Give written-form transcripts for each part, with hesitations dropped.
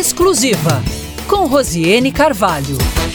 Exclusiva, com Rosiane Carvalho.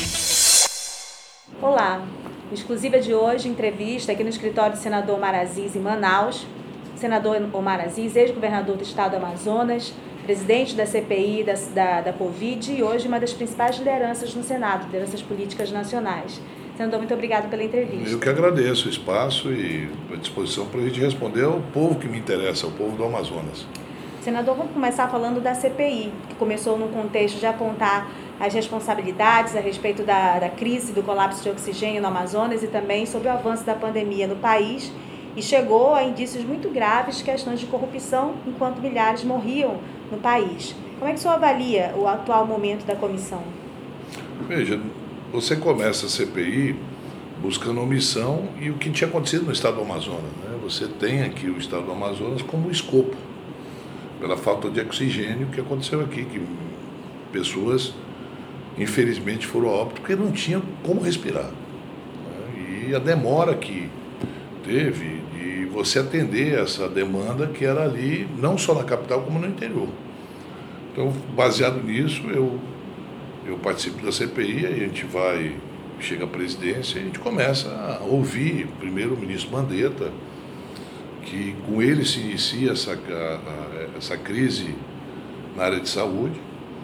Olá, exclusiva de hoje, entrevista aqui no escritório do senador Omar Aziz, em Manaus. Senador Omar Aziz, ex-governador do estado do Amazonas, presidente da CPI da Covid e hoje uma das principais lideranças no Senado, lideranças políticas nacionais. Senador, muito obrigado pela entrevista. Eu que agradeço o espaço e a disposição para a gente responder ao povo que me interessa, ao povo do Amazonas. Senador, vamos começar falando da CPI, que começou no contexto de apontar as responsabilidades a respeito da crise do colapso de oxigênio no Amazonas e também sobre o avanço da pandemia no país e chegou a indícios muito graves de questões de corrupção enquanto milhares morriam no país. Como é que o senhor avalia o atual momento da comissão? Veja, você começa a CPI buscando omissão e o que tinha acontecido no estado do Amazonas, né? Você tem aqui o estado do Amazonas como escopo, pela falta de oxigênio que aconteceu aqui, que pessoas, infelizmente, foram a óbito porque não tinham como respirar, né? E a demora que teve de você atender essa demanda que era ali, não só na capital, como no interior. Então, baseado nisso, eu participo da CPI, a gente chega à presidência e a gente começa a ouvir primeiro o ministro Mandetta, que com ele se inicia essa crise na área de saúde,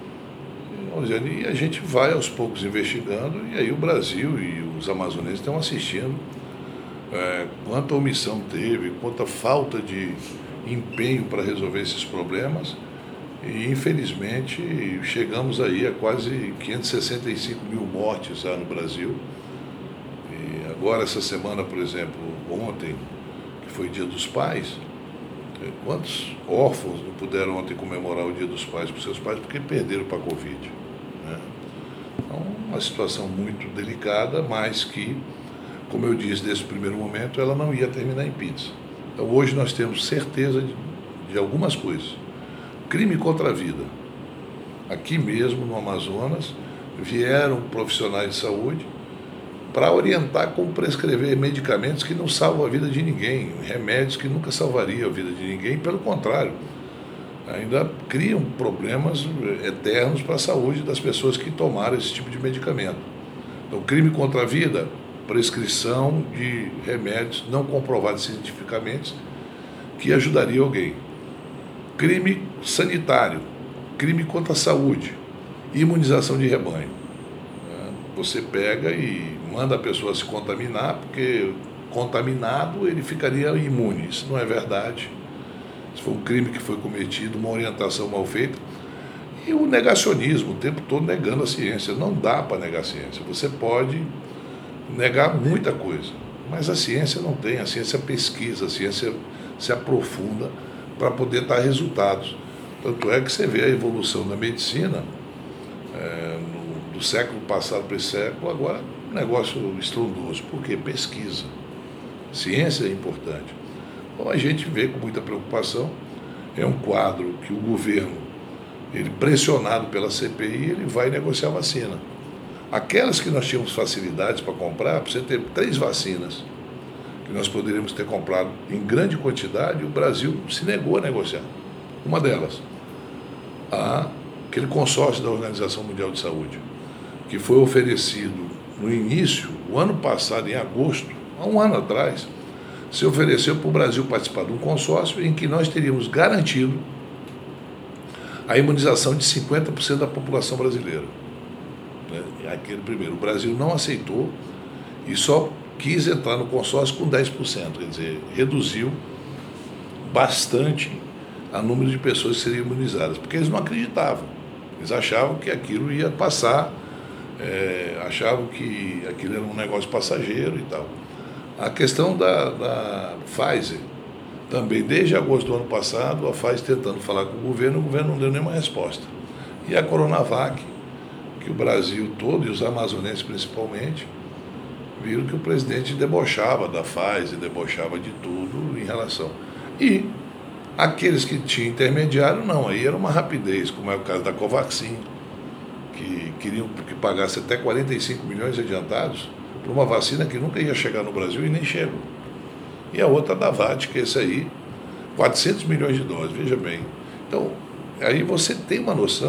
e a gente vai aos poucos investigando, e aí o Brasil e os amazonenses estão assistindo quanta omissão teve, quanta falta de empenho para resolver esses problemas, e infelizmente chegamos aí a quase 565 mil mortes já no Brasil. E agora essa semana, por exemplo, ontem, que foi Dia dos Pais, quantos órfãos não puderam ontem comemorar o Dia dos Pais com seus pais porque perderam para a Covid, né? Então, uma situação muito delicada, mas que, como eu disse desde o primeiro momento, ela não ia terminar em pizza. Então hoje nós temos certeza de algumas coisas. Crime contra a vida. Aqui mesmo no Amazonas vieram profissionais de saúde para orientar como prescrever medicamentos que não salvam a vida de ninguém, remédios que nunca salvariam a vida de ninguém, pelo contrário, ainda criam problemas eternos para a saúde das pessoas que tomaram esse tipo de medicamento. Então, crime contra a vida, prescrição de remédios não comprovados cientificamente que ajudaria alguém. Crime sanitário, crime contra a saúde, imunização de rebanho. Você pega e manda a pessoa se contaminar, porque contaminado ele ficaria imune. Isso não é verdade. Isso foi um crime que foi cometido, uma orientação mal feita. E o negacionismo, o tempo todo negando a ciência. Não dá para negar a ciência. Você pode negar muita coisa, mas a ciência não tem. A ciência pesquisa, a ciência se aprofunda para poder dar resultados. Tanto é que você vê a evolução da medicina do século passado para esse século, agora um negócio estrondoso. Por quê? Pesquisa. Ciência é importante. Então a gente vê com muita preocupação, é um quadro que o governo, ele pressionado pela CPI, ele vai negociar vacina. Aquelas que nós tínhamos facilidades para comprar, para você ter 3 vacinas, que nós poderíamos ter comprado em grande quantidade, o Brasil se negou a negociar. Uma delas, aquele consórcio da Organização Mundial de Saúde, que foi oferecido no início, o ano passado, em agosto, há um ano atrás, se ofereceu para o Brasil participar de um consórcio em que nós teríamos garantido a imunização de 50% da população brasileira. Aquele primeiro, o Brasil não aceitou e só quis entrar no consórcio com 10%, quer dizer, reduziu bastante o número de pessoas que seriam imunizadas, porque eles não acreditavam, eles achavam que aquilo ia passar, achavam que aquilo era um negócio passageiro e tal. A questão da Pfizer, também desde agosto do ano passado, a Pfizer tentando falar com o governo não deu nenhuma resposta. E a Coronavac, que o Brasil todo, e os amazonenses principalmente, viram que o presidente debochava da Pfizer, debochava de tudo em relação. E aqueles que tinham intermediário, não, aí era uma rapidez, como é o caso da Covaxin, que queriam que pagasse até 45 milhões adiantados por uma vacina que nunca ia chegar no Brasil e nem chegou. E a outra da VAT, que é esse aí, 400 milhões de doses, veja bem. Então, aí você tem uma noção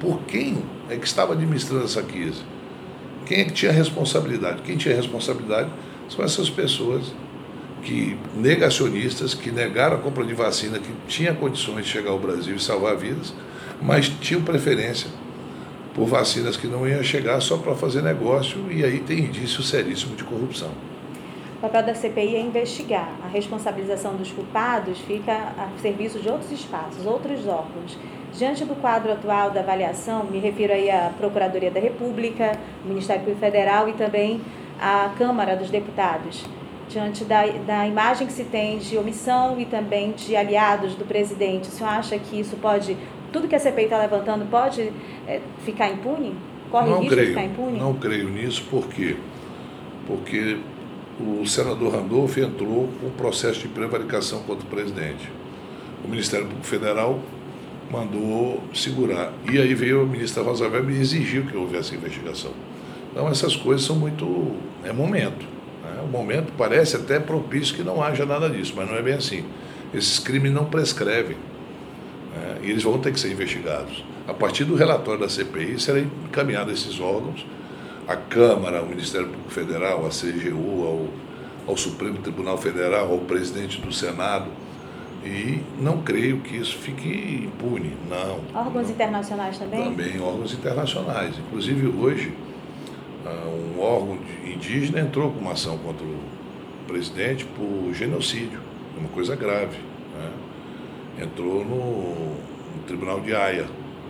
por quem é que estava administrando essa crise. Quem é que tinha responsabilidade? Quem tinha responsabilidade são essas pessoas negacionistas, que negaram a compra de vacina, que tinha condições de chegar ao Brasil e salvar vidas, mas tinham preferência por vacinas que não iam chegar só para fazer negócio, e aí tem indício seríssimo de corrupção. O papel da CPI é investigar. A responsabilização dos culpados fica a serviço de outros espaços, outros órgãos. Diante do quadro atual da avaliação, me refiro aí à Procuradoria da República, o Ministério Público Federal e também à Câmara dos Deputados. Diante da imagem que se tem de omissão e também de aliados do presidente, o senhor acha que isso pode, tudo que a CPI está levantando pode ficar impune? Corre risco de ficar impune? Não creio nisso, por quê? Porque o senador Randolph entrou com um processo de prevaricação contra o presidente. O Ministério Público Federal mandou segurar. E aí veio a ministra Rosa Weber e exigiu que houvesse investigação. Então essas coisas são muito... é momento. O momento parece até propício que não haja nada disso, mas não é bem assim. Esses crimes não prescrevem, e eles vão ter que ser investigados. A partir do relatório da CPI, será encaminhado a esses órgãos, a Câmara, ao Ministério Público Federal, à CGU, ao Supremo Tribunal Federal, ao presidente do Senado, e não creio que isso fique impune, não. Órgãos internacionais também? Também órgãos internacionais. Inclusive hoje, um órgão indígena entrou com uma ação contra o presidente por genocídio, é uma coisa grave, entrou no Tribunal de Haia.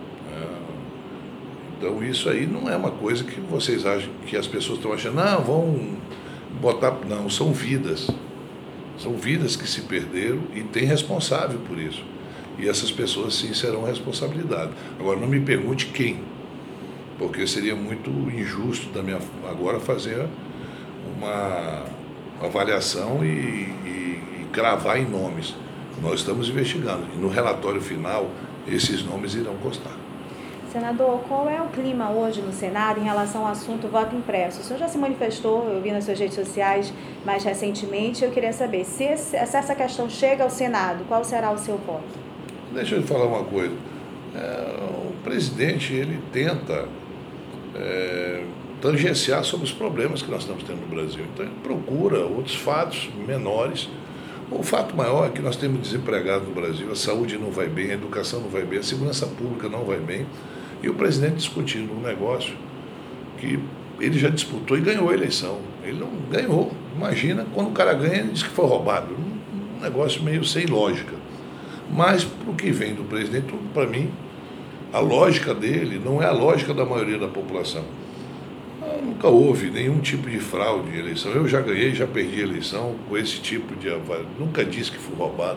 Então isso aí não é uma coisa que vocês acham, que as pessoas estão achando, não, vão botar, não, são vidas que se perderam e tem responsável por isso, e essas pessoas sim serão responsabilizadas. Agora não me pergunte quem, porque seria muito injusto da minha agora fazer uma avaliação e cravar em nomes. Nós estamos investigando e no relatório final esses nomes irão constar. Senador, qual é o clima hoje no Senado em relação ao assunto voto impresso? O senhor já se manifestou, eu vi nas suas redes sociais mais recentemente, eu queria saber se essa questão chega ao Senado, qual será o seu voto? Deixa eu falar uma coisa. O presidente, ele tenta tangenciar sobre os problemas que nós estamos tendo no Brasil. Então ele procura outros fatos menores. O fato maior é que nós temos desempregados no Brasil, a saúde não vai bem, a educação não vai bem, a segurança pública não vai bem. E o presidente discutindo um negócio que ele já disputou e ganhou a eleição. Ele não ganhou. Imagina, quando o cara ganha, ele diz que foi roubado. Um negócio meio sem lógica. Mas, para o que vem do presidente, para mim, a lógica dele não é a lógica da maioria da população. Nunca houve nenhum tipo de fraude de eleição. Eu já ganhei, já perdi a eleição com esse tipo de... Nunca disse que fui roubado.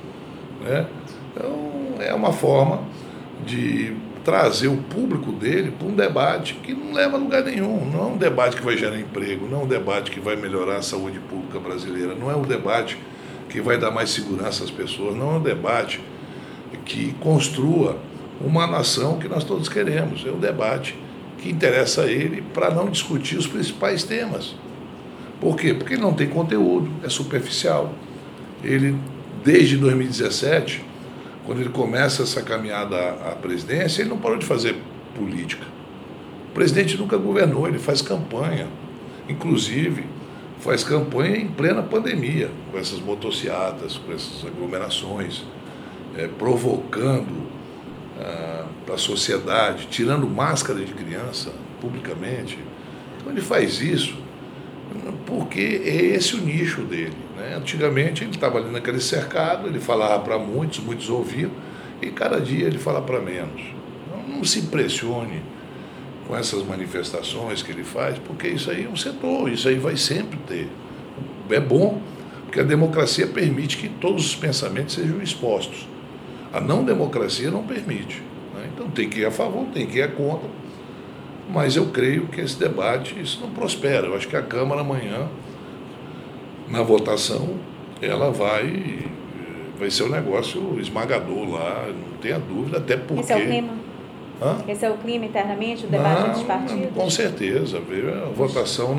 Então, é uma forma de trazer o público dele para um debate que não leva a lugar nenhum. Não é um debate que vai gerar emprego, não é um debate que vai melhorar a saúde pública brasileira, não é um debate que vai dar mais segurança às pessoas, não é um debate que construa uma nação que nós todos queremos. É um debate que interessa a ele para não discutir os principais temas. Por quê? Porque ele não tem conteúdo, é superficial. Ele, desde 2017, quando ele começa essa caminhada à presidência, ele não parou de fazer política. O presidente nunca governou, ele faz campanha. Inclusive, faz campanha em plena pandemia, com essas motociatas, com essas aglomerações, provocando para a sociedade, tirando máscara de criança publicamente. Então ele faz isso porque é esse o nicho dele. Antigamente ele estava ali naquele cercado, ele falava para muitos, muitos ouviam, e cada dia ele fala para menos. Não se impressione com essas manifestações que ele faz, porque isso aí é um setor, isso aí vai sempre ter. É bom, porque a democracia permite que todos os pensamentos sejam expostos. A não democracia não permite. Então tem que ir a favor, tem que ir a contra, mas eu creio que esse debate, isso não prospera. Eu acho que a Câmara amanhã, na votação, ela vai ser um negócio esmagador lá, não tenha dúvida, até porque... Esse é o clima? Esse é o clima internamente, o debate dos partidos? Com certeza, a votação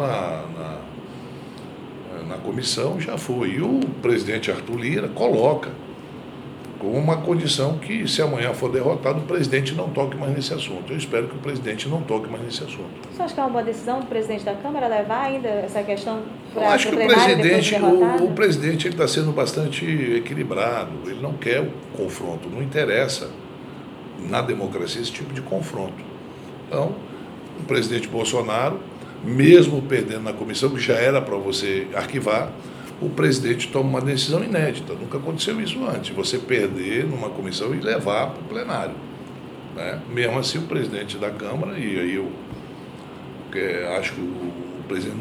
na comissão já foi. E o presidente Arthur Lira coloca com uma condição que, se amanhã for derrotado, o presidente não toque mais nesse assunto. Eu espero que o presidente não toque mais nesse assunto. Você acha que é uma boa decisão do presidente da Câmara levar ainda essa questão para Eu acho que o presidente está sendo bastante equilibrado. Ele não quer o confronto, não interessa na democracia esse tipo de confronto. Então, o presidente Bolsonaro, mesmo perdendo na comissão, que já era para você arquivar, o presidente toma uma decisão inédita. Nunca aconteceu isso antes, você perder numa comissão e levar para o plenário. Né? Mesmo assim, o presidente da Câmara, e aí eu acho que o presidente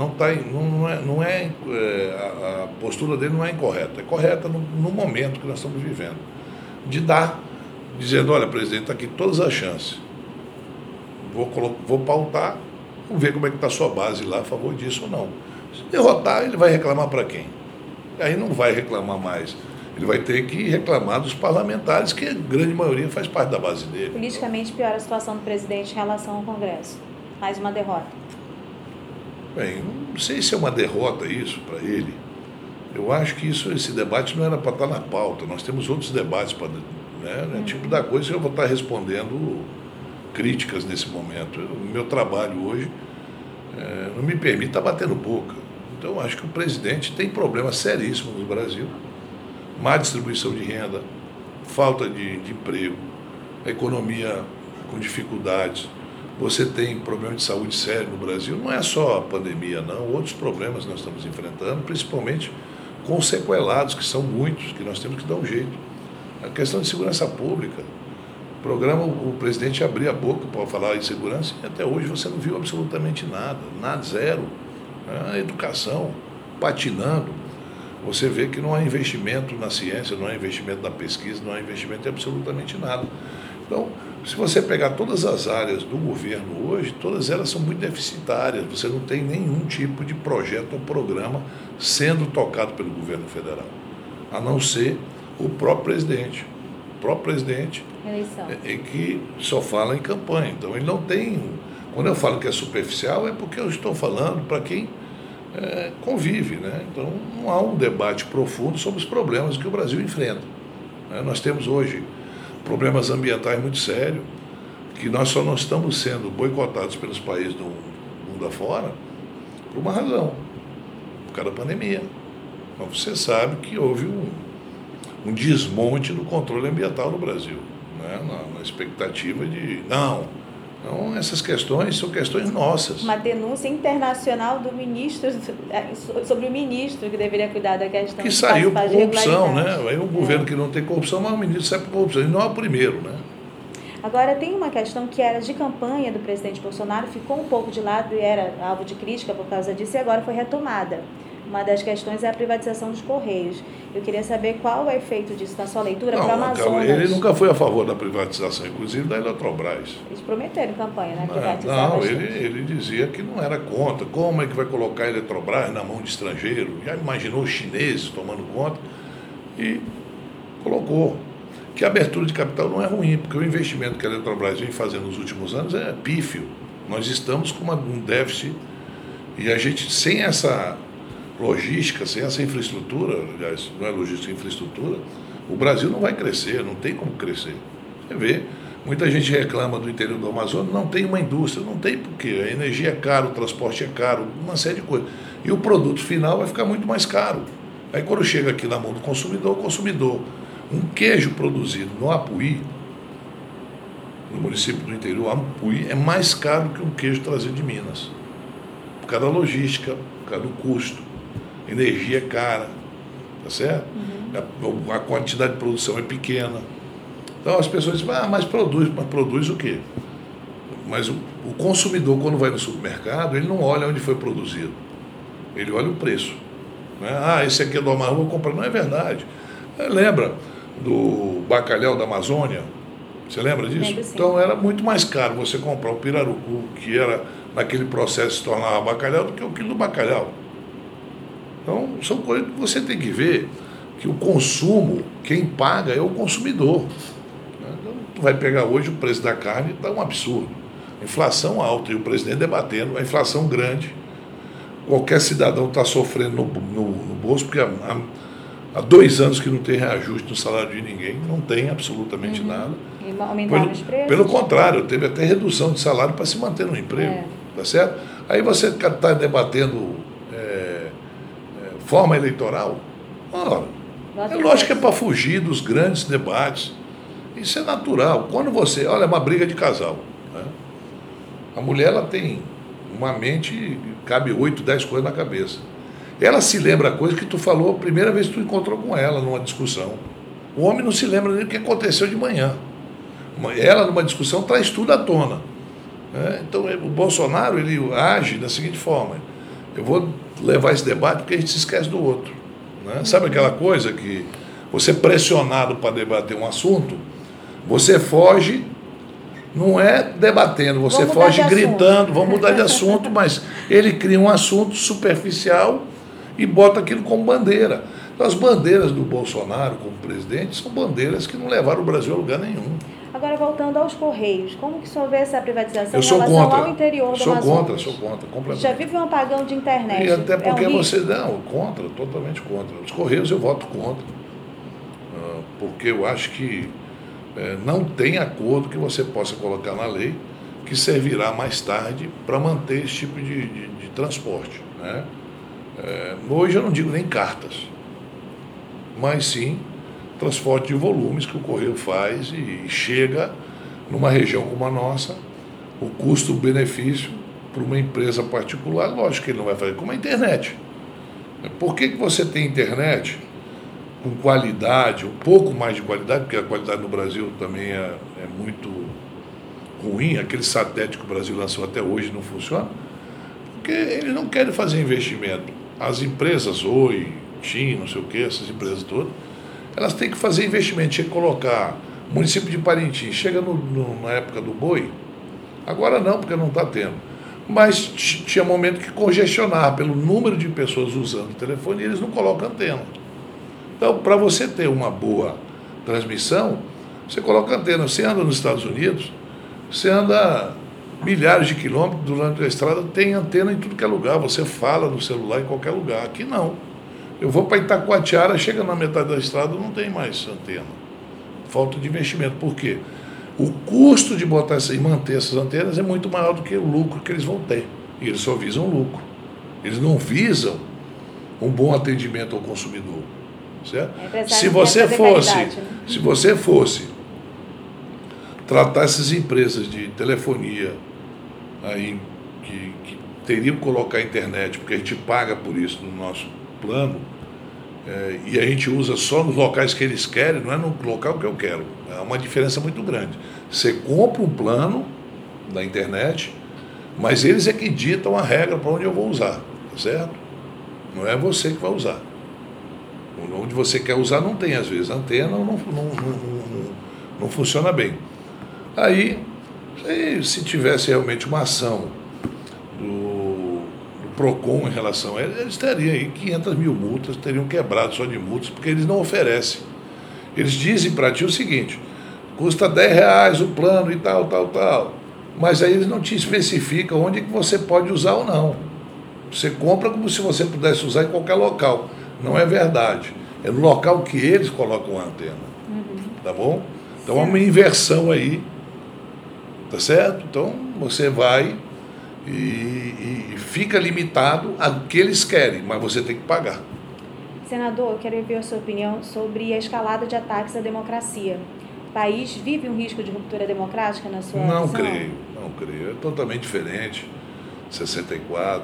a postura dele não é incorreta. É correta no momento que nós estamos vivendo. De dar, dizendo, olha, presidente, está aqui todas as chances. Vou pautar, vamos ver como é que está a sua base lá a favor disso ou não. Se derrotar, ele vai reclamar para quem? Aí não vai reclamar mais. Ele vai ter que reclamar dos parlamentares, que a grande maioria faz parte da base dele. Politicamente piora a situação do presidente em relação ao Congresso. Mais uma derrota. Bem, não sei se é uma derrota isso para ele. Eu acho que esse debate não era para estar na pauta. Nós temos outros debates para... Né? Tipo da coisa que eu vou estar respondendo críticas nesse momento. O meu trabalho hoje não me permite estar batendo boca. Então, eu acho que o presidente tem problemas seríssimos no Brasil. Má distribuição de renda, falta de emprego, a economia com dificuldades. Você tem problema de saúde sério no Brasil. Não é só a pandemia, não. Outros problemas nós estamos enfrentando, principalmente com os sequelados, que são muitos, que nós temos que dar um jeito. A questão de segurança pública. O presidente abria a boca para falar em segurança e até hoje você não viu absolutamente nada. Nada, zero. A educação patinando, você vê que não há investimento na ciência, não há investimento na pesquisa, não há investimento em absolutamente nada. Então, se você pegar todas as áreas do governo hoje, todas elas são muito deficitárias, você não tem nenhum tipo de projeto ou programa sendo tocado pelo governo federal, a não ser o próprio presidente. O próprio presidente é que só fala em campanha, então ele não tem... Quando eu falo que é superficial, é porque eu estou falando para quem convive, né? Então, não há um debate profundo sobre os problemas que o Brasil enfrenta. Né? Nós temos hoje problemas ambientais muito sérios, que nós só não estamos sendo boicotados pelos países do mundo afora por uma razão, por causa da pandemia. Mas você sabe que houve um desmonte do controle ambiental no Brasil, né? Na expectativa de... Então, essas questões são questões nossas. Uma denúncia internacional do ministro, sobre o ministro que deveria cuidar da questão que saiu por corrupção, né? Aí um governo que não tem corrupção, mas o ministro sai por corrupção. E não é o primeiro, né? Agora, tem uma questão que era de campanha do presidente Bolsonaro, ficou um pouco de lado e era alvo de crítica por causa disso, e agora foi retomada. Uma das questões é a privatização dos Correios. Eu queria saber qual é o efeito disso na sua leitura para o Amazonas. Ele nunca foi a favor da privatização, inclusive da Eletrobras. Eles prometeram em campanha, né? Privatizar não, ele dizia que não era contra. Como é que vai colocar a Eletrobras na mão de estrangeiro? Já imaginou os chineses tomando conta? E colocou. Que a abertura de capital não é ruim, porque o investimento que a Eletrobras vem fazendo nos últimos anos é pífio. Nós estamos com um déficit e a gente, sem essa logística, sem essa infraestrutura, aliás, não é logística, é infraestrutura, o Brasil não vai crescer, não tem como crescer. Você vê, muita gente reclama do interior do Amazonas, não tem uma indústria, não tem porque a energia é cara, o transporte é caro, uma série de coisas. E o produto final vai ficar muito mais caro. Aí quando chega aqui na mão do consumidor, um queijo produzido no Apuí, no município do interior, Apuí, é mais caro que um queijo trazido de Minas. Por causa da logística, por causa do custo. Energia é cara, tá certo? Uhum. A quantidade de produção é pequena. Então as pessoas dizem, mas produz o quê? Mas o consumidor, quando vai no supermercado, ele não olha onde foi produzido. Ele olha o preço. Né? Esse aqui é do Amazonas, vou comprar. Não é verdade. Lembra do bacalhau da Amazônia? Você lembra disso? Lembro, sim. Então era muito mais caro você comprar o pirarucu, que era naquele processo se tornava bacalhau, do que o quilo do bacalhau. Então, são coisas que você tem que ver que o consumo, quem paga é o consumidor. Então, tu vai pegar hoje o preço da carne, está um absurdo. Inflação alta, e o presidente debatendo, a inflação grande. Qualquer cidadão está sofrendo no bolso, porque Há 2 anos que não tem reajuste no salário de ninguém, não tem absolutamente nada. E aumentaram os preços? Pelo contrário, teve até redução de salário para se manter no emprego, tá certo? Aí você está debatendo forma eleitoral. Ora, é lógico que é para fugir dos grandes debates. Isso é natural. Quando você... Olha, é uma briga de casal. Né? A mulher, ela tem uma mente, cabe 8, 10 coisas na cabeça. Ela se lembra coisa que tu falou a primeira vez que tu encontrou com ela numa discussão. O homem não se lembra nem do que aconteceu de manhã. Ela, numa discussão, traz tudo à tona. Né? Então, o Bolsonaro, ele age da seguinte forma: eu vou levar esse debate porque a gente se esquece do outro. Né? Sabe aquela coisa que você é pressionado para debater um assunto, você foge, não é debatendo, você foge gritando, vamos mudar de assunto, mas ele cria um assunto superficial e bota aquilo como bandeira. Então, as bandeiras do Bolsonaro como presidente são bandeiras que não levaram o Brasil a lugar nenhum. Agora, voltando aos Correios, como que o senhor vê essa privatização em relação contra. Ao interior do Amazonas? Sou contra, completamente. Já vive um apagão de internet. E até porque você... Não, contra, totalmente contra. Os Correios eu voto contra, porque eu acho que não tem acordo que você possa colocar na lei que servirá mais tarde para manter esse tipo de transporte. Né? Hoje eu não digo nem cartas, mas sim transporte de volumes que o Correio faz e chega numa região como a nossa, o custo-benefício para uma empresa particular, lógico que ele não vai fazer, como a internet. Por que você tem internet com qualidade, um pouco mais de qualidade, porque a qualidade no Brasil também é muito ruim, aquele satélite que o Brasil lançou até hoje não funciona, porque eles não querem fazer investimento. As empresas, Oi, TIM, não sei o que, essas empresas todas, elas têm que fazer investimento, tinha que colocar. O município de Parintins chega na época do boi, agora não, porque não está tendo. Mas tinha momento que congestionava pelo número de pessoas usando o telefone e eles não colocam antena. Então, para você ter uma boa transmissão, você coloca antena. Você anda nos Estados Unidos, você anda milhares de quilômetros durante a estrada, tem antena em tudo que é lugar, você fala no celular em qualquer lugar. Aqui não. Eu vou para Itacoatiara, chega na metade da estrada, não tem mais antena. Falta de investimento. Por quê? O custo de botar e manter essas antenas é muito maior do que o lucro que eles vão ter. E eles só visam lucro. Eles não visam um bom atendimento ao consumidor. Certo? Se você fosse tratar essas empresas de telefonia aí, que teriam que colocar a internet, porque a gente paga por isso no nosso plano, e a gente usa só nos locais que eles querem, não é no local que eu quero. É uma diferença muito grande. Você compra um plano da internet, mas eles é que ditam a regra para onde eu vou usar, certo? Não é você que vai usar. Onde você quer usar não tem, às vezes, a antena não funciona bem. Aí, se tivesse realmente uma ação do PROCON em relação a eles teriam aí 500 mil multas, teriam quebrado só de multas, porque eles não oferecem. Eles dizem para ti o seguinte: custa R$10 o plano e tal. Mas aí eles não te especificam onde que você pode usar ou não. Você compra como se você pudesse usar em qualquer local. Não é verdade. É no local que eles colocam a antena. Tá bom? Então é uma inversão aí. Tá certo? Então você vai e fica limitado ao que eles querem, mas você tem que pagar. Senador, eu quero ouvir a sua opinião sobre a escalada de ataques à democracia. O país vive um risco de ruptura democrática na sua visão? Não creio. É totalmente diferente. 64.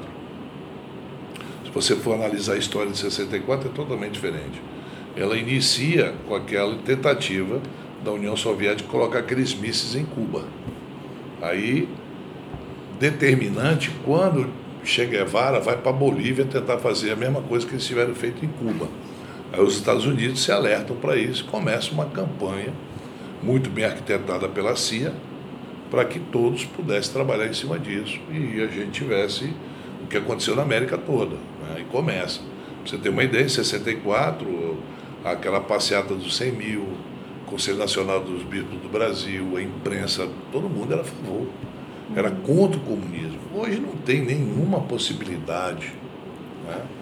Se você for analisar a história de 64, é totalmente diferente. Ela inicia com aquela tentativa da União Soviética de colocar aqueles mísseis em Cuba. Aí, determinante, quando Che Guevara vai para a Bolívia tentar fazer a mesma coisa que eles tiveram feito em Cuba. Aí os Estados Unidos se alertam para isso, começa uma campanha muito bem arquitetada pela CIA para que todos pudessem trabalhar em cima disso e a gente tivesse o que aconteceu na América toda. Né? E começa. Pra você ter uma ideia, em 64, aquela passeata dos 100 mil, o Conselho Nacional dos Bispos do Brasil, a imprensa, todo mundo era a favor. Era contra o comunismo. Hoje não tem nenhuma possibilidade. Né?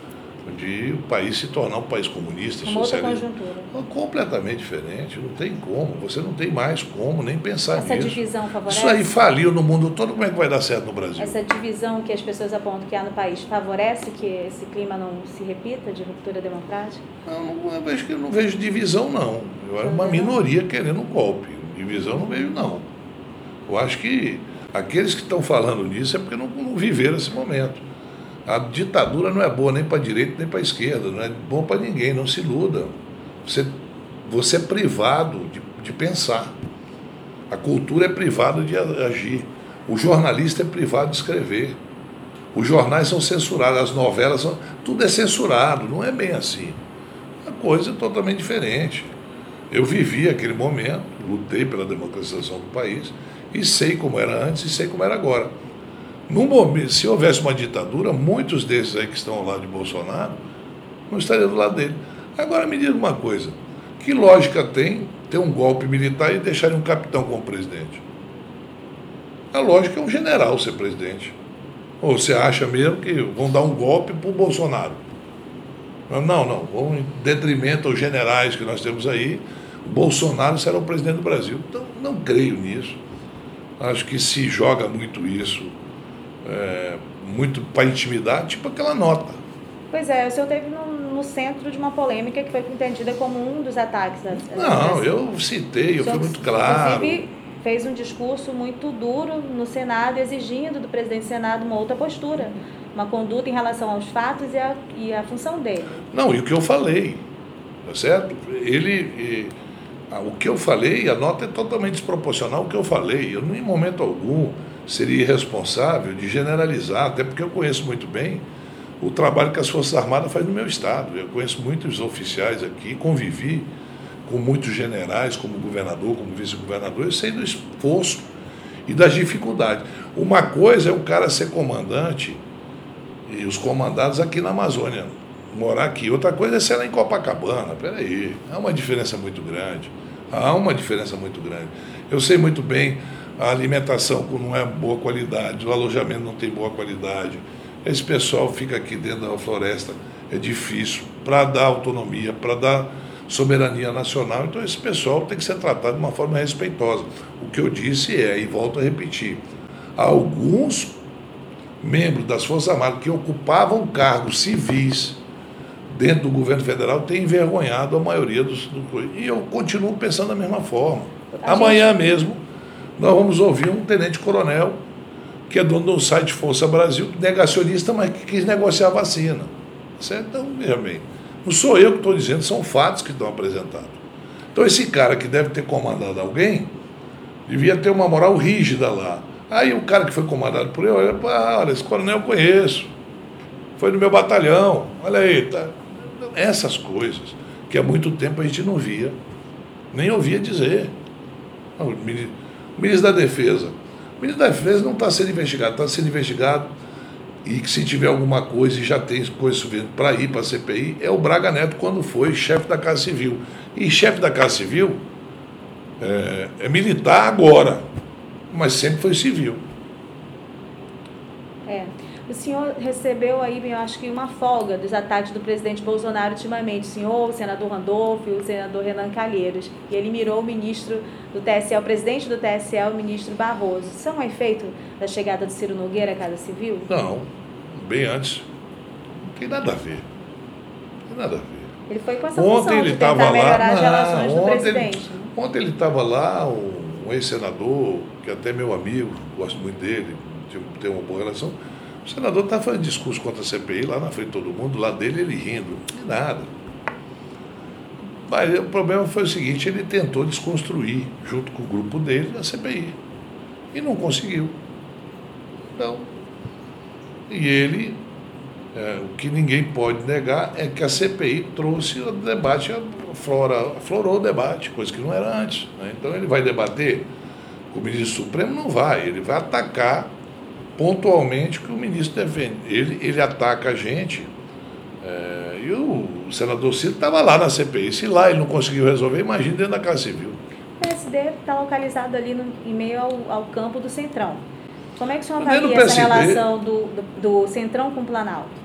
de o país se tornar um país comunista, uma outra socialista. conjuntura. Completamente diferente, não tem como, você não tem mais como nem pensar Essa nisso. divisão favorece? Isso aí faliu no mundo todo, como é que vai dar certo no Brasil? Essa divisão que as pessoas apontam que há no país favorece que esse clima não se repita de ruptura democrática? Eu não vejo divisão, não. Eu era uma minoria querendo um golpe. Divisão não vejo, não. Eu acho que aqueles que estão falando nisso é porque não viveram esse momento. A ditadura não é boa nem para a direita nem para a esquerda, não é bom para ninguém, não se iluda. Você é privado de pensar. A cultura é privada de agir. O jornalista é privado de escrever. Os jornais são censurados, as novelas são... Tudo é censurado, não é bem assim. A coisa é totalmente diferente. Eu vivi aquele momento, lutei pela democratização do país e sei como era antes e sei como era agora. No momento, se houvesse uma ditadura, muitos desses aí que estão ao lado de Bolsonaro não estariam do lado dele. Agora me diga uma coisa, que lógica tem ter um golpe militar e deixar um capitão como presidente? A lógica é um general ser presidente. Ou você acha mesmo que vão dar um golpe para o Bolsonaro? Não, vão em detrimento aos generais que nós temos aí, o Bolsonaro será o presidente do Brasil. Então, não creio nisso. Acho que se joga muito isso, muito para intimidar, tipo aquela nota. Pois é, o senhor esteve no centro de uma polêmica que foi entendida como um dos ataques. Não, eu citei, eu fui muito claro. Inclusive, fez um discurso muito duro no Senado, exigindo do presidente do Senado uma outra postura, uma conduta em relação aos fatos e a função dele. Não, e o que eu falei, tá certo? O que eu falei, a nota é totalmente desproporcional ao que eu falei. Eu, em momento algum, seria irresponsável de generalizar, até porque eu conheço muito bem o trabalho que as Forças Armadas fazem no meu estado. Eu conheço muitos oficiais aqui, convivi com muitos generais, como governador, como vice-governador, eu sei do esforço e das dificuldades. Uma coisa é o cara ser comandante e os comandados aqui na Amazônia, morar aqui. Outra coisa é ser lá em Copacabana. Peraí, há uma diferença muito grande. Eu sei muito bem a alimentação não é boa qualidade, o alojamento não tem boa qualidade. Esse pessoal fica aqui dentro da floresta, é difícil, para dar autonomia, para dar soberania nacional. Então esse pessoal tem que ser tratado de uma forma respeitosa. O que eu disse e volto a repetir, alguns membros das Forças Armadas que ocupavam cargos civis dentro do governo federal têm envergonhado a maioria dos... E eu continuo pensando da mesma forma. Amanhã mesmo nós vamos ouvir um tenente-coronel que é dono do site Força Brasil, negacionista, mas que quis negociar a vacina. Certo? Então, veja bem, não sou eu que estou dizendo, são fatos que estão apresentados. Então esse cara que deve ter comandado alguém, devia ter uma moral rígida lá. Aí o cara que foi comandado por ele, olha, esse coronel eu conheço, foi no meu batalhão, olha aí, tá. Essas coisas que há muito tempo a gente não via, nem ouvia dizer. O ministro da Defesa. O ministro da Defesa não está sendo investigado, está sendo investigado e que se tiver alguma coisa e já tem coisa suficiente para ir para a CPI, é o Braga Neto quando foi chefe da Casa Civil. E chefe da Casa Civil é militar agora, mas sempre foi civil. O senhor recebeu aí, eu acho que uma folga dos ataques do presidente Bolsonaro ultimamente, o senhor, o senador Randolph, o senador Renan Calheiros, e ele mirou o ministro do TSE, o presidente do TSE, o ministro Barroso. Isso é um efeito da chegada do Ciro Nogueira à Casa Civil? Não, bem antes. Não tem nada a ver. Ele foi com essa função de tentar melhorar as relações do presidente. Ontem ele estava lá, um ex-senador, que é até meu amigo, gosto muito dele, tem uma boa relação. O senador estava fazendo discurso contra a CPI lá na frente de todo mundo, lá dele ele rindo, de nada. Mas o problema foi o seguinte, ele tentou desconstruir, junto com o grupo dele, a CPI. E não conseguiu. Então, e ele, o que ninguém pode negar é que a CPI trouxe o debate, aflorou o debate, coisa que não era antes. Né? Então ele vai debater com o ministro Supremo? Não vai, ele vai atacar pontualmente o que o ministro defende. Ele ataca a gente, e o senador Ciro estava lá na CPI. Se lá ele não conseguiu resolver, imagina dentro da Casa Civil. O PSD está localizado ali em meio ao campo do Centrão. Como é que o senhor avalia essa relação do Centrão com o Planalto?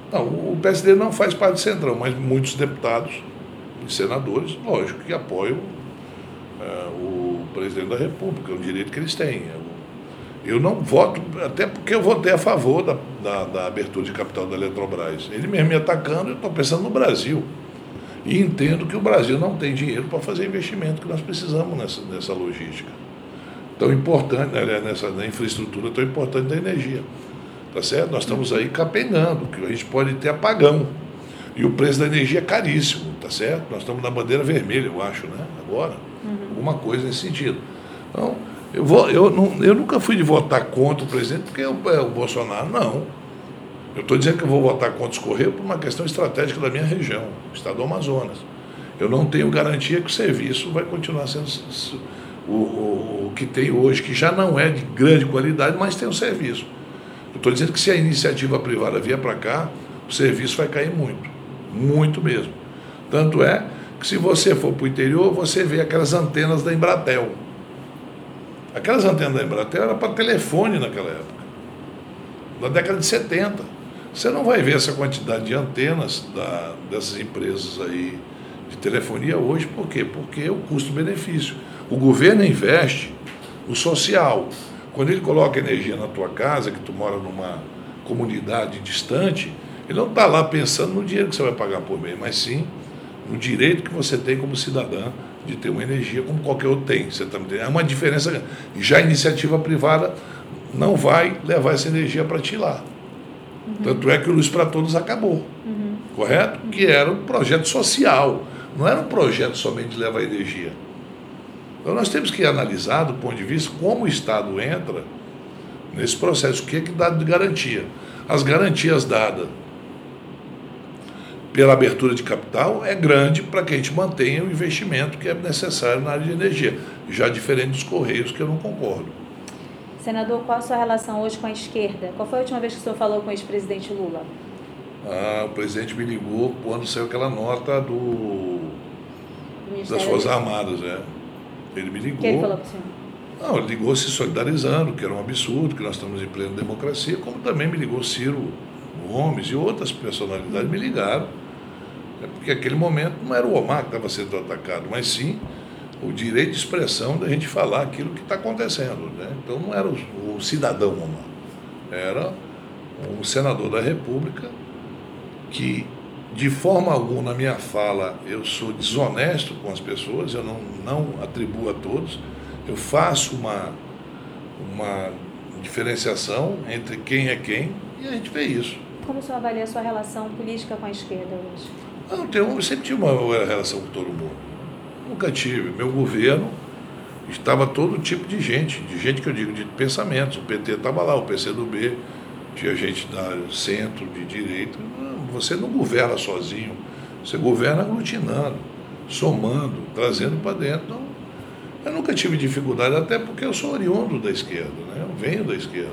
Não, o PSD não faz parte do Centrão, mas muitos deputados e senadores, lógico, que apoiam o presidente da República, é um direito que eles têm. Eu não voto, até porque eu votei a favor da abertura de capital da Eletrobras. Ele mesmo me atacando, eu estou pensando no Brasil. E entendo que o Brasil não tem dinheiro para fazer investimento que nós precisamos nessa logística tão importante, nessa infraestrutura tão importante da energia. Tá certo? Nós estamos aí capengando, que a gente pode ter apagão. E o preço da energia é caríssimo, tá certo? Nós estamos na bandeira vermelha, eu acho, né? Agora. Alguma coisa nesse sentido. Então, eu nunca fui de votar contra o presidente porque é o Bolsonaro, não. Eu estou dizendo que eu vou votar contra os Correios por uma questão estratégica da minha região, o estado do Amazonas. Eu não tenho garantia que o serviço vai continuar sendo o que tem hoje, que já não é de grande qualidade, mas tem um serviço. Eu estou dizendo que se a iniciativa privada vier para cá, o serviço vai cair muito, muito mesmo. Tanto é que se você for para o interior, você vê aquelas antenas da Embratel. Aquelas antenas da Embratel eram para telefone naquela época, na década de 70. Você não vai ver essa quantidade de antenas dessas empresas aí de telefonia hoje. Por quê? Porque é o custo-benefício. O governo investe no social. Quando ele coloca energia na tua casa, que tu mora numa comunidade distante, ele não está lá pensando no dinheiro que você vai pagar por mês, mas sim no direito que você tem como cidadã de ter uma energia como qualquer outro tem. Você tá, é uma diferença. Já a iniciativa privada não vai levar essa energia para ti lá. Tanto é que o Luz para Todos acabou. Correto? Que era um projeto social. Não era um projeto somente de levar energia. Então nós temos que analisar do ponto de vista como o Estado entra nesse processo. O que é que dá de garantia? As garantias dadas pela abertura de capital é grande para que a gente mantenha o investimento que é necessário na área de energia. Já diferente dos Correios, que eu não concordo. Senador, qual a sua relação hoje com a esquerda? Qual foi a última vez que o senhor falou com o ex-presidente Lula? O presidente me ligou quando saiu aquela nota das Forças Armadas. Ele me ligou. O que ele falou para o senhor? Não, ele ligou se solidarizando, que era um absurdo, que nós estamos em plena democracia, como também me ligou Ciro Gomes e outras personalidades me ligaram. Porque naquele momento não era o Omar que estava sendo atacado, mas sim o direito de expressão da gente falar aquilo que está acontecendo. Né? Então não era o cidadão Omar, era um senador da República que, de forma alguma, na minha fala, eu sou desonesto com as pessoas, eu não atribuo a todos, eu faço uma diferenciação entre quem é quem e a gente vê isso. Como o senhor avalia a sua relação política com a esquerda hoje? Eu sempre tive uma relação com todo mundo. Nunca tive. Meu governo estava todo tipo de gente que eu digo, de pensamentos. O PT estava lá, o PCdoB, tinha gente da centro, de direita. Você não governa sozinho, você governa aglutinando, somando, trazendo para dentro. Então, eu nunca tive dificuldade, até porque eu sou oriundo da esquerda, né? Eu venho da esquerda.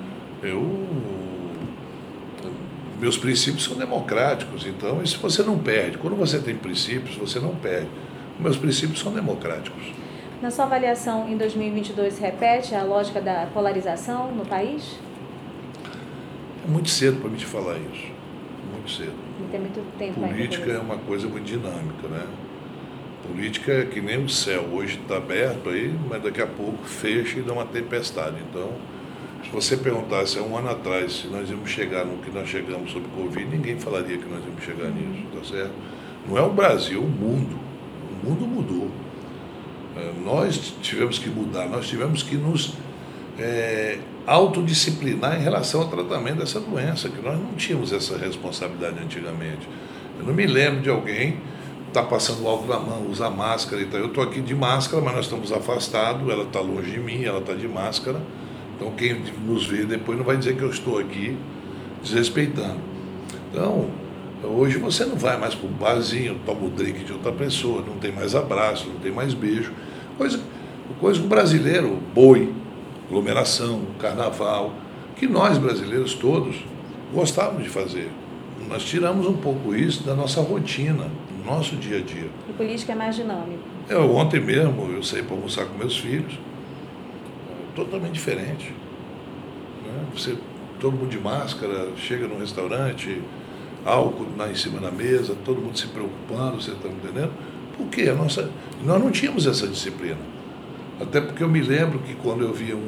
Meus princípios são democráticos, então, e se você não perde, quando você tem princípios, você não perde. Meus princípios são democráticos. Na sua avaliação, em 2022, se repete a lógica da polarização no país? É muito cedo para me te falar isso, muito cedo. Não tem muito tempo. Política é uma coisa muito dinâmica, né? Política é que nem o céu, hoje está aberto aí, mas daqui a pouco fecha e dá uma tempestade. Então, se você perguntasse há um ano atrás se nós íamos chegar no que nós chegamos sobre o Covid, ninguém falaria que nós íamos chegar nisso, tá certo? Não é o Brasil, o mundo. O mundo mudou. Nós tivemos que mudar, nós tivemos que nos autodisciplinar em relação ao tratamento dessa doença, que nós não tínhamos essa responsabilidade antigamente. Eu não me lembro de alguém estar passando álcool na mão, usar máscara e tal. Eu estou aqui de máscara, mas nós estamos afastados, ela está longe de mim, ela está de máscara. Então, quem nos vê depois não vai dizer que eu estou aqui desrespeitando. Então, hoje você não vai mais para um barzinho, toma o drink de outra pessoa, não tem mais abraço, não tem mais beijo. Coisa que o brasileiro, boi, aglomeração, carnaval, que nós brasileiros todos gostávamos de fazer. Nós tiramos um pouco isso da nossa rotina, do nosso dia a dia. E política é mais dinâmico. Ontem mesmo eu saí para almoçar com meus filhos, totalmente diferente. Né? Todo mundo de máscara, chega num restaurante, álcool lá em cima da mesa, todo mundo se preocupando, você está entendendo? Por quê? Nós não tínhamos essa disciplina. Até porque eu me lembro que quando eu via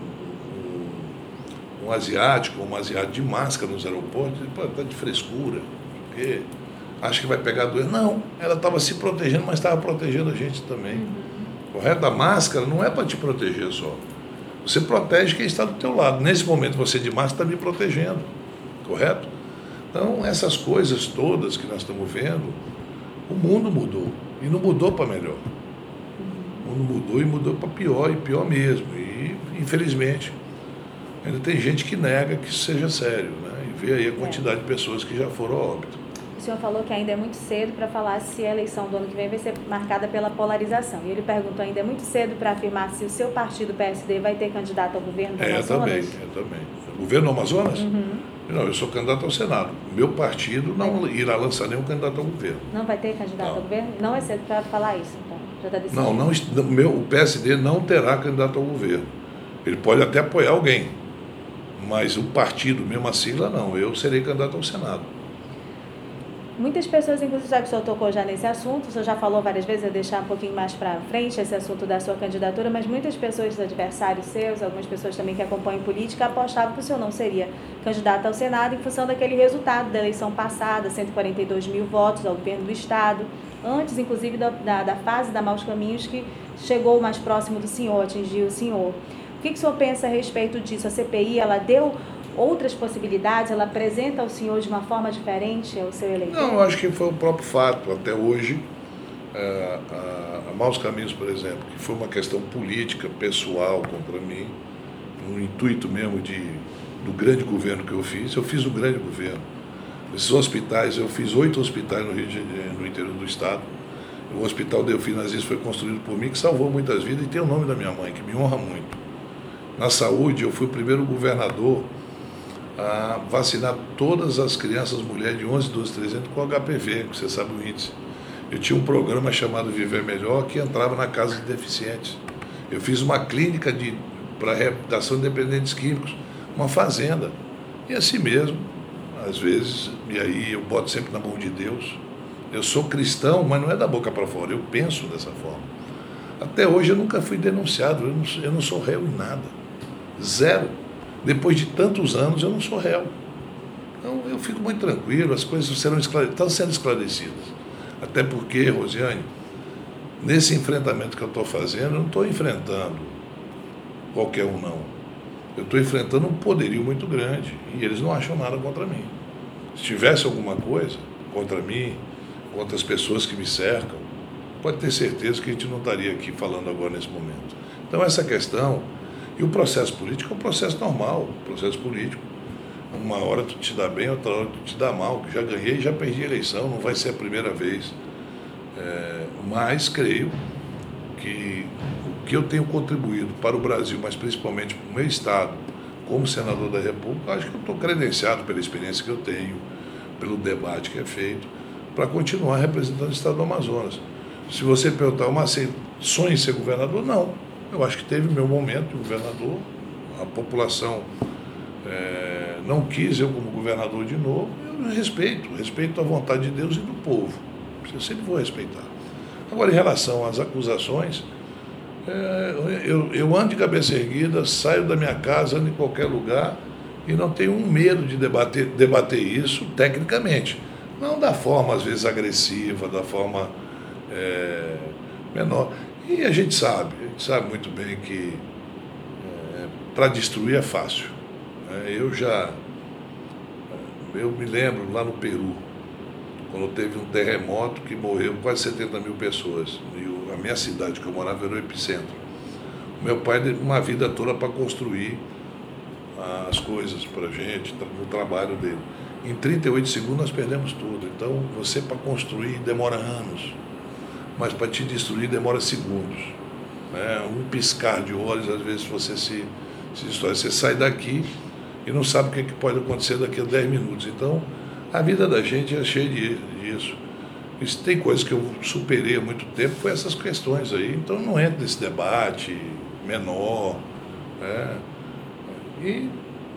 um asiático, uma asiática de máscara nos aeroportos, eu disse, está de frescura, porque acho que vai pegar doença. Não, ela estava se protegendo, mas estava protegendo a gente também. Correto? A máscara não é para te proteger só. Você protege quem está do teu lado. Nesse momento você de máscara está me protegendo. Correto? Então, essas coisas todas que nós estamos vendo, o mundo mudou. E não mudou para melhor. O mundo mudou e mudou para pior, e pior mesmo. E, infelizmente, ainda tem gente que nega que isso seja sério, né? E vê aí a quantidade de pessoas que já foram a óbito. O senhor falou que ainda é muito cedo para falar se a eleição do ano que vem vai ser marcada pela polarização. E ele perguntou, ainda é muito cedo para afirmar se o seu partido, PSD, vai ter candidato ao governo do Amazonas? Eu também. Governo do Amazonas? Não, eu sou candidato ao Senado. Meu partido não irá lançar nenhum candidato ao governo. Não vai ter candidato ao governo? Não é cedo para falar isso, então? Já está decidido? Não, o PSD não terá candidato ao governo. Ele pode até apoiar alguém, mas o partido, mesmo a sigla, não. Eu serei candidato ao Senado. Muitas pessoas, inclusive, já que o senhor tocou já nesse assunto, o senhor já falou várias vezes, eu deixar um pouquinho mais para frente esse assunto da sua candidatura, mas muitas pessoas, adversários seus, algumas pessoas também que acompanham política, apostavam que o senhor não seria candidato ao Senado em função daquele resultado da eleição passada, 142 mil votos ao governo do Estado, antes, inclusive, da fase da Maus Caminhos, que chegou mais próximo do senhor, atingiu o senhor. O que o senhor pensa a respeito disso? A CPI, ela deu outras possibilidades? Ela apresenta ao senhor de uma forma diferente ao seu eleitor? Não, eu acho que foi o próprio fato. Até hoje, a Maus Caminhos, por exemplo, que foi uma questão política, pessoal contra mim, um intuito mesmo do grande governo que eu fiz um grande governo. Esses hospitais, eu fiz 8 hospitais no Rio de Janeiro, no interior do estado. O Hospital Delfim Aziz foi construído por mim, que salvou muitas vidas, e tem o nome da minha mãe, que me honra muito. Na saúde, eu fui o primeiro governador a vacinar todas as crianças, mulheres de 11, 12, 13 anos com HPV, que você sabe o índice. Eu tinha um programa chamado Viver Melhor, que entrava na casa de deficientes. Eu fiz uma clínica para reabilitação de dependentes químicos, uma fazenda. E assim mesmo, às vezes, e aí eu boto sempre na mão de Deus. Eu sou cristão, mas não é da boca para fora, eu penso dessa forma. Até hoje eu nunca fui denunciado, eu não sou réu em nada. Zero. Depois de tantos anos eu não sou réu. Então eu fico muito tranquilo, as coisas estão sendo esclarecidas. Até porque, Rosiane, nesse enfrentamento que eu estou fazendo, eu não estou enfrentando qualquer um, não. Eu estou enfrentando um poderio muito grande e eles não acham nada contra mim. Se tivesse alguma coisa contra mim, contra as pessoas que me cercam, pode ter certeza que a gente não estaria aqui falando agora nesse momento. Então essa questão, e o processo político é um processo normal, processo político. Uma hora tu te dá bem, outra hora tu te dá mal, que já ganhei, já perdi a eleição, não vai ser a primeira vez. Mas creio que o que eu tenho contribuído para o Brasil, mas principalmente para o meu estado, como senador da República, acho que eu estou credenciado pela experiência que eu tenho, pelo debate que é feito, para continuar representando o estado do Amazonas. Se você perguntar, sonha em ser governador? Não. Eu acho que teve meu momento de governador, a população não quis eu como governador de novo, eu respeito a vontade de Deus e do povo. Eu sempre vou respeitar. Agora, em relação às acusações, eu ando de cabeça erguida, saio da minha casa, ando em qualquer lugar e não tenho um medo de debater isso tecnicamente. Não da forma, às vezes, agressiva, da forma menor. E a gente sabe muito bem que para destruir é fácil. Eu me lembro lá no Peru, quando teve um terremoto que morreu quase 70 mil pessoas. E a minha cidade que eu morava era o epicentro. Meu pai deu uma vida toda para construir as coisas para a gente, no trabalho dele. Em 38 segundos nós perdemos tudo. Então, você para construir demora anos, mas para te destruir demora segundos. Um piscar de olhos, às vezes você se destrói. Você sai daqui e não sabe o que pode acontecer daqui a 10 minutos. Então, a vida da gente é cheia disso. Isso tem coisas que eu superei há muito tempo, foi essas questões aí. Então, não entra nesse debate menor. E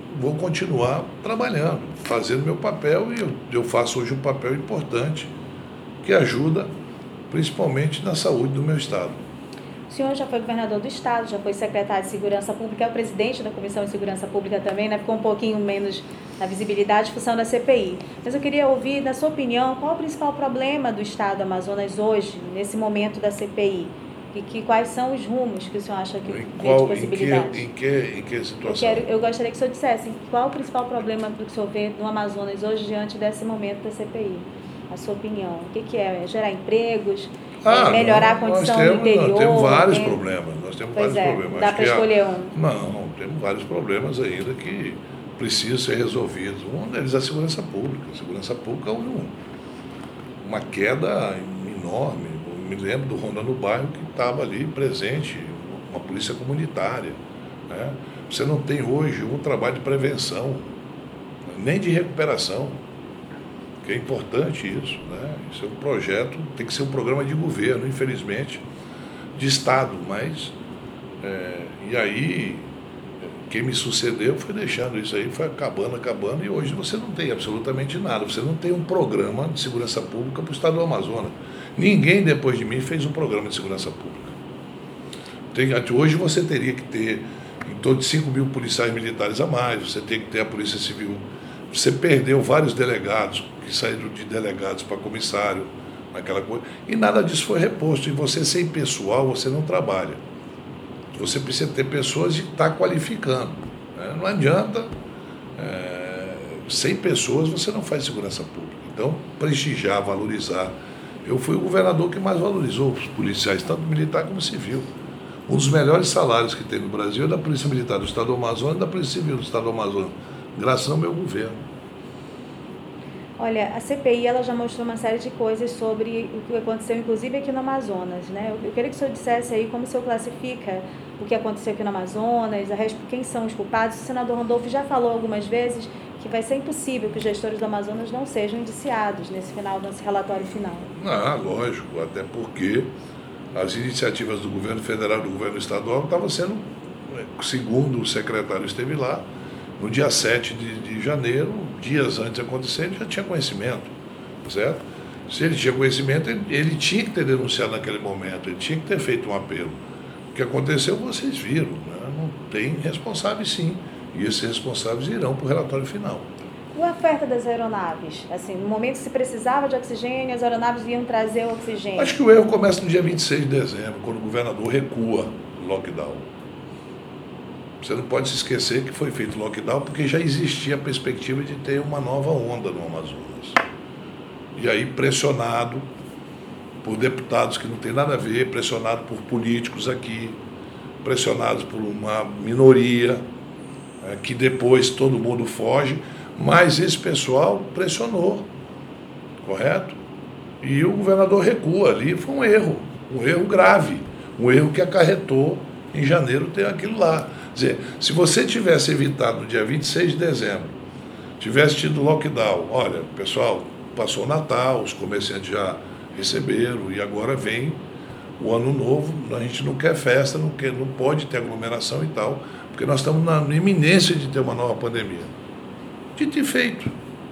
vou continuar trabalhando, fazendo meu papel, e eu faço hoje um papel importante que ajuda principalmente na saúde do meu estado. O senhor já foi governador do estado, já foi secretário de Segurança Pública, é o presidente da Comissão de Segurança Pública também, né? Ficou um pouquinho menos na visibilidade em função da CPI. Mas eu queria ouvir, na sua opinião, qual o principal problema do estado do Amazonas hoje, nesse momento da CPI? E quais são os rumos que o senhor acha que vê de possibilidade? Em que situação? Eu gostaria que o senhor dissesse qual o principal problema que o senhor vê no Amazonas hoje diante desse momento da CPI? A sua opinião. O que é? Gerar empregos? Melhorar a condição do interior? Nós temos vários problemas. Dá para escolher um? Não, temos vários problemas ainda que precisam ser resolvidos. Um deles é a segurança pública. A segurança pública houve uma queda enorme. Eu me lembro do Ronda no Bairro, que estava ali presente, uma polícia comunitária. Né? Você não tem hoje um trabalho de prevenção, nem de recuperação. É importante isso, né? Isso é um projeto, tem que ser um programa de governo, infelizmente, de Estado, mas e aí quem me sucedeu foi deixando isso aí, foi acabando, e hoje você não tem absolutamente nada, você não tem um programa de segurança pública para o estado do Amazonas. Ninguém depois de mim fez um programa de segurança pública. Hoje você teria que ter em torno de 5 mil policiais militares a mais, você tem que ter a Polícia Civil. Você perdeu vários delegados, que saíram de delegados para comissário, aquela coisa, e nada disso foi reposto. E você, sem pessoal, você não trabalha. Você precisa ter pessoas e estar qualificando. Né? Não adianta, sem pessoas você não faz segurança pública. Então, prestigiar, valorizar. Eu fui o governador que mais valorizou os policiais, tanto militar como civil. Um dos melhores salários que tem no Brasil é da Polícia Militar do Estado do Amazonas e da Polícia Civil do Estado do Amazonas, graças ao meu governo. Olha, a CPI ela já mostrou uma série de coisas sobre o que aconteceu, inclusive aqui no Amazonas, né? Eu queria que o senhor dissesse aí como o senhor classifica o que aconteceu aqui no Amazonas, quem são os culpados. O senador Randolph já falou algumas vezes que vai ser impossível que os gestores do Amazonas não sejam indiciados nesse relatório final. Lógico, até porque as iniciativas do governo federal e do governo estadual estavam sendo, segundo o secretário esteve lá, no dia 7 de janeiro, dias antes de acontecer, ele já tinha conhecimento, certo? Se ele tinha conhecimento, ele tinha que ter denunciado naquele momento, ele tinha que ter feito um apelo. O que aconteceu, vocês viram, né? Não tem responsáveis, sim, e esses responsáveis irão para o relatório final. E a oferta das aeronaves? Assim, no momento que se precisava de oxigênio, as aeronaves iam trazer o oxigênio. Acho que o erro começa no dia 26 de dezembro, quando o governador recua o lockdown. Você não pode se esquecer que foi feito lockdown porque já existia a perspectiva de ter uma nova onda no Amazonas. E aí, pressionado por deputados que não tem nada a ver, pressionado por políticos aqui, pressionados por uma minoria, que depois todo mundo foge, mas esse pessoal pressionou, correto? E o governador recua ali, foi um erro grave, um erro que acarretou em janeiro ter aquilo lá. Quer dizer, se você tivesse evitado no dia 26 de dezembro, tivesse tido lockdown, olha, pessoal, passou o Natal, os comerciantes já receberam e agora vem o ano novo, a gente não quer festa, não pode ter aglomeração e tal, porque nós estamos na iminência de ter uma nova pandemia. Dito e feito.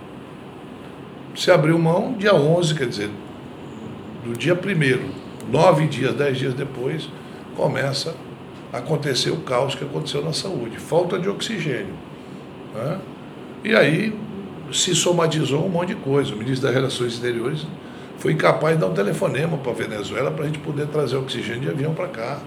Se abriu mão, dia 11, quer dizer, do dia 1º, 9 dias, 10 dias depois, começa a acontecer o caos que aconteceu na saúde, falta de oxigênio. Né? E aí se somatizou um monte de coisa. O ministro das Relações Exteriores foi incapaz de dar um telefonema para a Venezuela para a gente poder trazer oxigênio de avião para cá.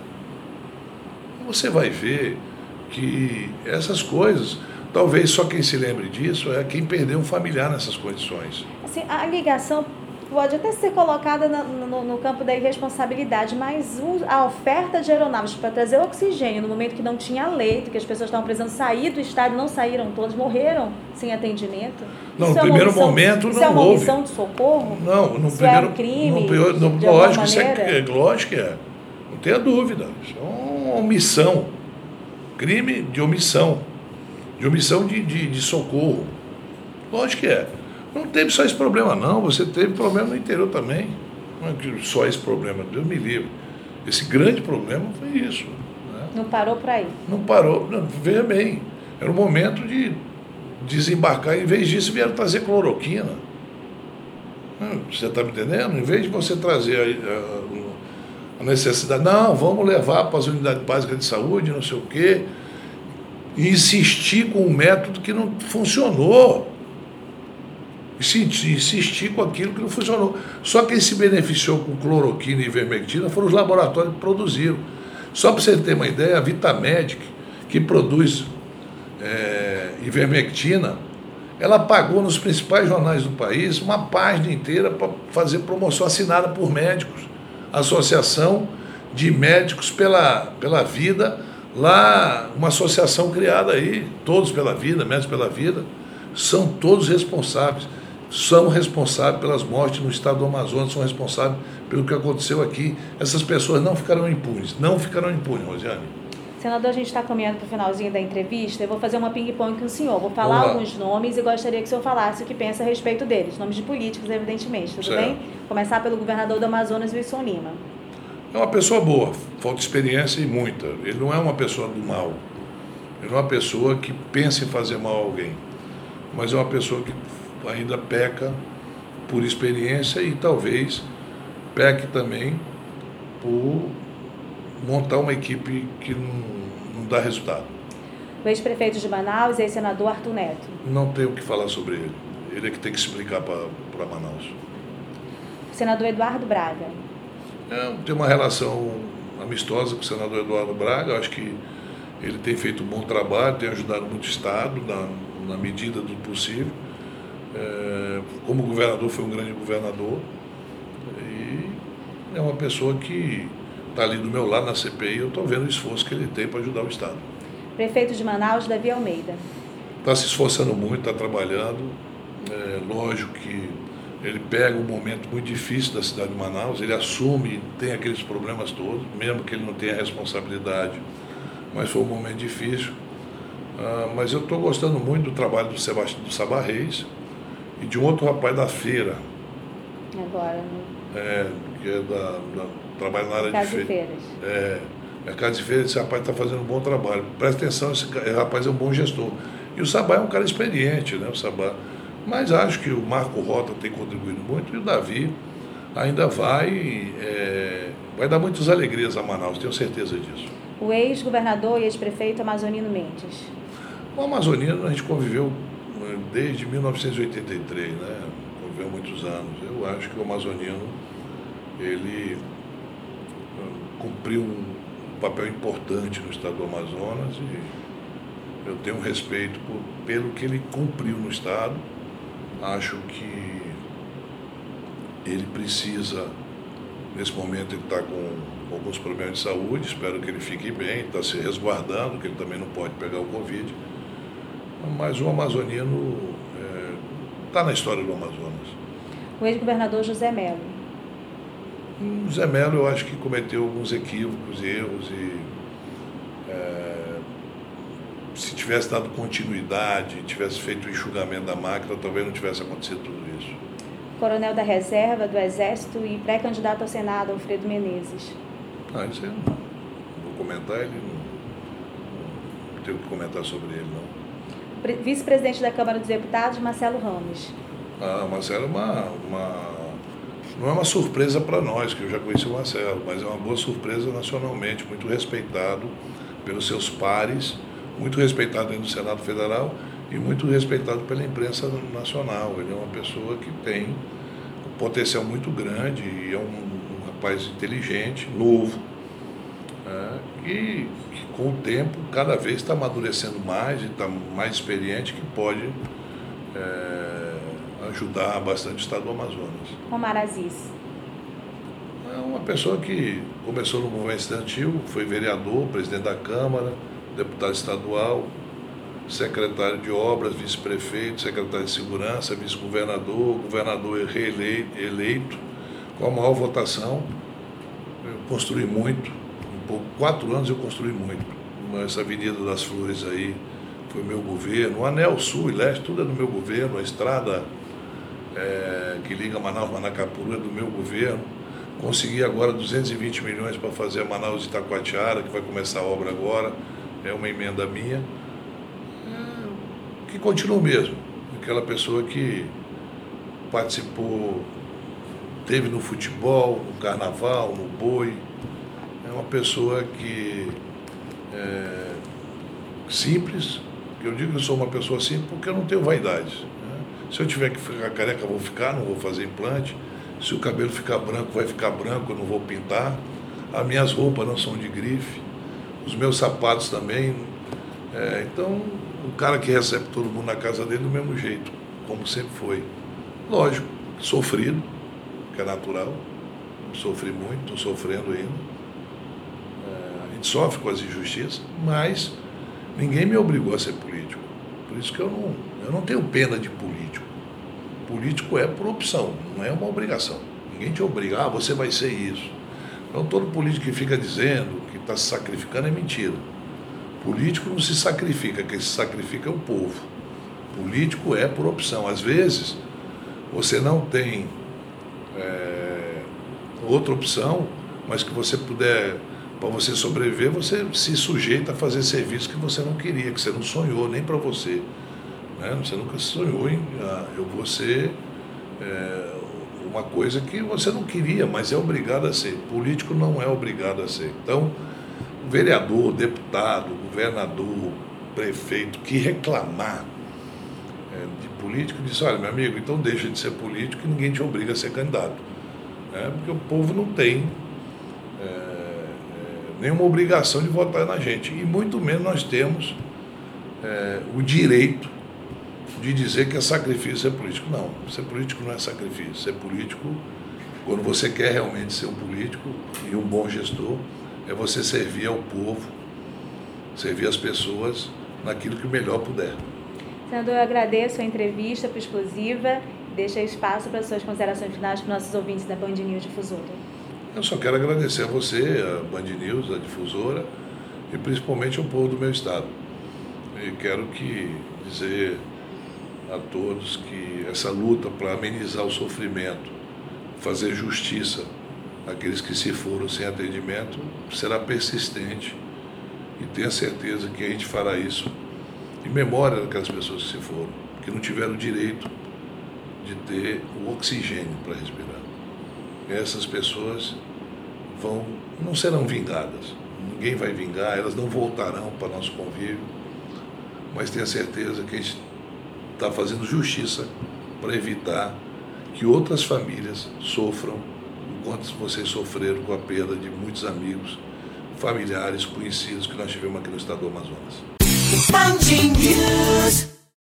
Você vai ver que essas coisas, talvez só quem se lembre disso é quem perdeu um familiar nessas condições. Assim, a ligação pode até ser colocada no campo da irresponsabilidade, mas a oferta de aeronaves para trazer oxigênio no momento que não tinha leito, que as pessoas estavam precisando sair do estádio, não saíram todos, morreram sem atendimento. Não, no primeiro momento não houve. Isso é uma omissão de socorro? Não, no isso primeiro... é um crime, lógico que é. Não tenha dúvida. Isso é uma omissão. Crime de omissão. De omissão de socorro. Lógico que é. Não teve só esse problema, não. Você teve problema no interior também. Não é que só esse problema, Deus me livre. Esse grande problema foi isso. Né? Não parou por aí? Não parou. Não, veja bem. Era o momento de desembarcar, em vez disso vieram trazer cloroquina. Você está me entendendo? Em vez de você trazer a necessidade, não, vamos levar para as unidades básicas de saúde, não sei o quê, e insistir com um método que não funcionou. Insistir com aquilo que não funcionou. Só quem se beneficiou com cloroquina e ivermectina foram os laboratórios que produziram. Só para você ter uma ideia, a Vitamedic, que produz ivermectina, ela pagou nos principais jornais do país uma página inteira para fazer promoção assinada por médicos. Associação de Médicos pela Vida, lá uma associação criada aí, Todos pela Vida, Médicos pela Vida, são todos responsáveis. São responsáveis pelas mortes no estado do Amazonas, são responsáveis pelo que aconteceu aqui. Essas pessoas não ficarão impunes, Rosiane. Senador, a gente está caminhando para o finalzinho da entrevista. Eu vou fazer uma ping-pong com o senhor. Vou falar alguns nomes e gostaria que o senhor falasse o que pensa a respeito deles. Nomes de políticos, evidentemente, tudo certo. bem? Começar pelo governador do Amazonas, Wilson Lima. É uma pessoa boa, falta experiência e muita. Ele não é uma pessoa do mal. Ele não é uma pessoa que pensa em fazer mal a alguém. Mas é uma pessoa que ainda peca por experiência e talvez peque também por montar uma equipe que não dá resultado. O ex-prefeito de Manaus e ex-senador Arthur Neto. Não tenho o que falar sobre ele. Ele é que tem que explicar para Manaus. O senador Eduardo Braga. Tem uma relação amistosa com o senador Eduardo Braga. Acho que ele tem feito um bom trabalho, tem ajudado muito o Estado na medida do possível. Como governador, foi um grande governador. E é uma pessoa que está ali do meu lado na CPI, eu estou vendo o esforço que ele tem para ajudar o Estado. Prefeito de Manaus, Davi Almeida. Está se esforçando muito, está trabalhando. Lógico que ele pega um momento muito difícil da cidade de Manaus, ele assume, tem aqueles problemas todos, mesmo que ele não tenha responsabilidade, mas foi um momento difícil. Mas eu estou gostando muito do trabalho do Sabá Reis e de um outro rapaz da feira. Agora, né? Que trabalha na área de feiras. Mercado de feiras, esse rapaz está fazendo um bom trabalho. Presta atenção, esse rapaz é um bom gestor. E o Sabá é um cara experiente, né? O Sabá. Mas acho que o Marco Rota tem contribuído muito e o Davi ainda vai dar muitas alegrias a Manaus, tenho certeza disso. O ex-governador e ex-prefeito Amazonino Mendes. O Amazonino a gente conviveu desde 1983, né? Conviveu muitos anos. Eu acho que o Amazonino, ele cumpriu um papel importante no estado do Amazonas e eu tenho um respeito pelo que ele cumpriu no estado. Acho que ele precisa, nesse momento ele está com alguns problemas de saúde, espero que ele fique bem, está se resguardando, que ele também não pode pegar o Covid. Mas o amazonino está na história do Amazonas. O ex-governador José Melo. O José Melo, eu acho que cometeu alguns equívocos e erros e se tivesse dado continuidade, tivesse feito o enxugamento da máquina, talvez não tivesse acontecido tudo isso. Coronel da Reserva do Exército e pré-candidato ao Senado, Alfredo Menezes. Isso eu não vou comentar, ele não tenho o que comentar sobre ele, não. Vice-presidente da Câmara dos Deputados, Marcelo Ramos. Marcelo não é uma surpresa para nós, que eu já conheci o Marcelo, mas é uma boa surpresa nacionalmente, muito respeitado pelos seus pares, muito respeitado dentro do Senado Federal e muito respeitado pela imprensa nacional. Ele é uma pessoa que tem um potencial muito grande e é um rapaz inteligente, novo, que com o tempo cada vez está amadurecendo mais e está mais experiente, que pode ajudar bastante o estado do Amazonas. Omar Aziz. É uma pessoa que começou no movimento estudantil, foi vereador, presidente da Câmara, deputado estadual, secretário de obras, vice-prefeito, secretário de segurança, vice-governador, governador eleito, com a maior votação. Eu construí muito, 4 anos eu construí muito. Essa Avenida das Flores aí foi meu governo, o Anel Sul e Leste, tudo é do meu governo, a estrada que liga Manaus a Manacapuru é do meu governo. Consegui agora 220 milhões para fazer a Manaus Itacoatiara, que vai começar a obra agora, é uma emenda minha. que continua o mesmo. Aquela pessoa que participou, teve no futebol, no carnaval, no boi. É uma pessoa que é simples, que eu digo que eu sou uma pessoa simples porque eu não tenho vaidades. Né? Se eu tiver que ficar careca, eu vou ficar, não vou fazer implante. Se o cabelo ficar branco, vai ficar branco, eu não vou pintar. As minhas roupas não são de grife, os meus sapatos também. Então, o cara que recebe todo mundo na casa dele do mesmo jeito, como sempre foi. Lógico, sofrido, que é natural. Sofri muito, estou sofrendo ainda. A gente sofre com as injustiças, mas ninguém me obrigou a ser político. Por isso que eu não tenho pena de político. Político é por opção, não é uma obrigação. Ninguém te obriga, você vai ser isso. Então todo político que fica dizendo que está se sacrificando é mentira. Político não se sacrifica, quem se sacrifica é o povo. Político é por opção. Às vezes você não tem outra opção, mas que você puder, para você sobreviver, você se sujeita a fazer serviço que você não queria, que você não sonhou nem para você. Né? Você nunca sonhou em eu vou ser uma coisa que você não queria, mas é obrigado a ser. Político não é obrigado a ser. Então, vereador, deputado, governador, prefeito, que reclamar de político, diz, olha, meu amigo, então deixa de ser político e ninguém te obriga a ser candidato. Porque o povo não tem nenhuma obrigação de votar na gente. E muito menos nós temos o direito de dizer que é sacrifício ser político. Não, ser político não é sacrifício. Ser político, quando você quer realmente ser um político e um bom gestor, é você servir ao povo, servir as pessoas naquilo que melhor puder. Senador, eu agradeço a entrevista para Exclusiva. Deixa espaço para suas considerações finais para os nossos ouvintes da Band News Difusora. Eu só quero agradecer a você, a Band News, a Difusora, e principalmente ao povo do meu estado. E quero dizer a todos que essa luta para amenizar o sofrimento, fazer justiça àqueles que se foram sem atendimento, será persistente, e tenha certeza que a gente fará isso em memória daquelas pessoas que se foram, que não tiveram o direito de ter o oxigênio para respirar. Essas pessoas não serão vingadas, ninguém vai vingar, elas não voltarão para nosso convívio, mas tenha certeza que a gente está fazendo justiça para evitar que outras famílias sofram enquanto vocês sofreram com a perda de muitos amigos, familiares, conhecidos que nós tivemos aqui no estado do Amazonas.